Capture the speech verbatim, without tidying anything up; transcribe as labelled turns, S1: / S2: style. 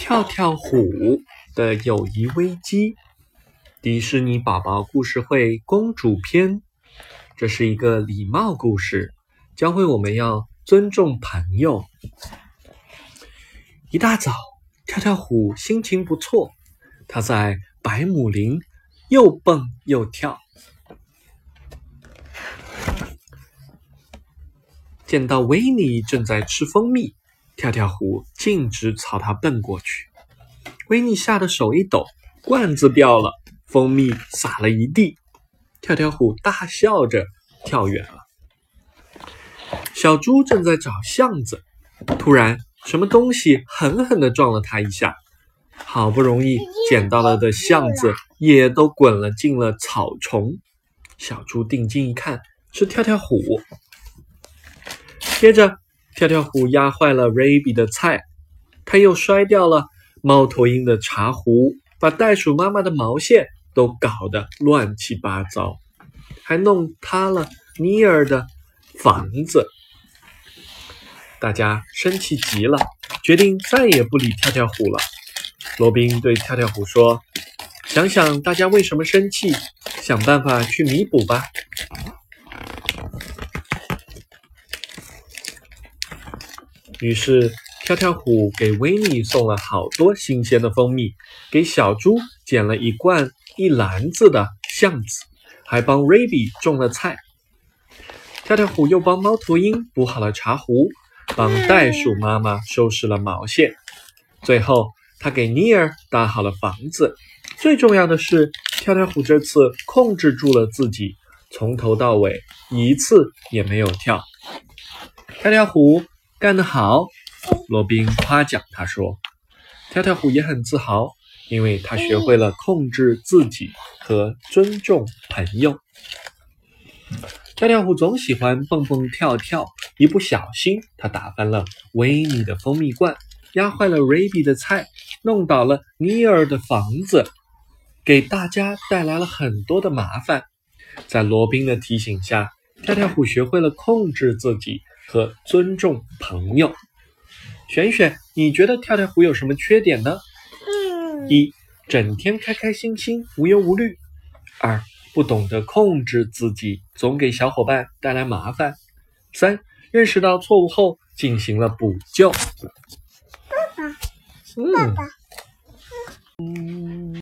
S1: 跳跳虎的友谊危机，迪士尼宝宝故事会公主篇。这是一个礼貌故事，教会我们要尊重朋友。一大早，跳跳虎心情不错，他在百亩林又蹦又跳。见到维尼正在吃蜂蜜，跳跳虎径直朝他奔过去。维尼吓得手一抖，罐子掉了，蜂蜜洒了一地。跳跳虎大笑着跳远了。小猪正在找巷子，突然什么东西狠狠地撞了他一下，好不容易捡到了的巷子也都滚了进了草丛。小猪定睛一看，是跳跳虎。接着跳跳虎压坏了瑞比的菜，他又摔掉了猫头鹰的茶壶，把袋鼠妈妈的毛线都搞得乱七八糟，还弄塌了尼尔的房子。大家生气极了，决定再也不理跳跳虎了。罗宾对跳跳虎说，想想大家为什么生气，想办法去弥补吧。于是跳跳虎给维尼送了好多新鲜的蜂蜜，给小猪捡了一罐一篮子的橡子，还帮瑞比种了菜。跳跳虎又帮猫头鹰补好了茶壶，帮袋鼠妈妈收拾了毛线。最后他给尼尔搭好了房子。最重要的是，跳跳虎这次控制住了自己，从头到尾一次也没有跳。跳跳虎干得好，罗宾夸奖他说。跳跳虎也很自豪，因为他学会了控制自己和尊重朋友。跳跳虎总喜欢蹦蹦跳跳，一不小心他打翻了维尼的蜂蜜罐，压坏了瑞比的菜，弄倒了尼尔的房子，给大家带来了很多的麻烦。在罗宾的提醒下，跳跳虎学会了控制自己和尊重朋友。璇璇，你觉得跳跳虎有什么缺点呢？
S2: 嗯，
S1: 一，整天开开心心，无忧无虑。二，不懂得控制自己，总给小伙伴带来麻烦。三，认识到错误后进行了补救。
S2: 爸爸，
S1: 嗯
S2: 爸爸。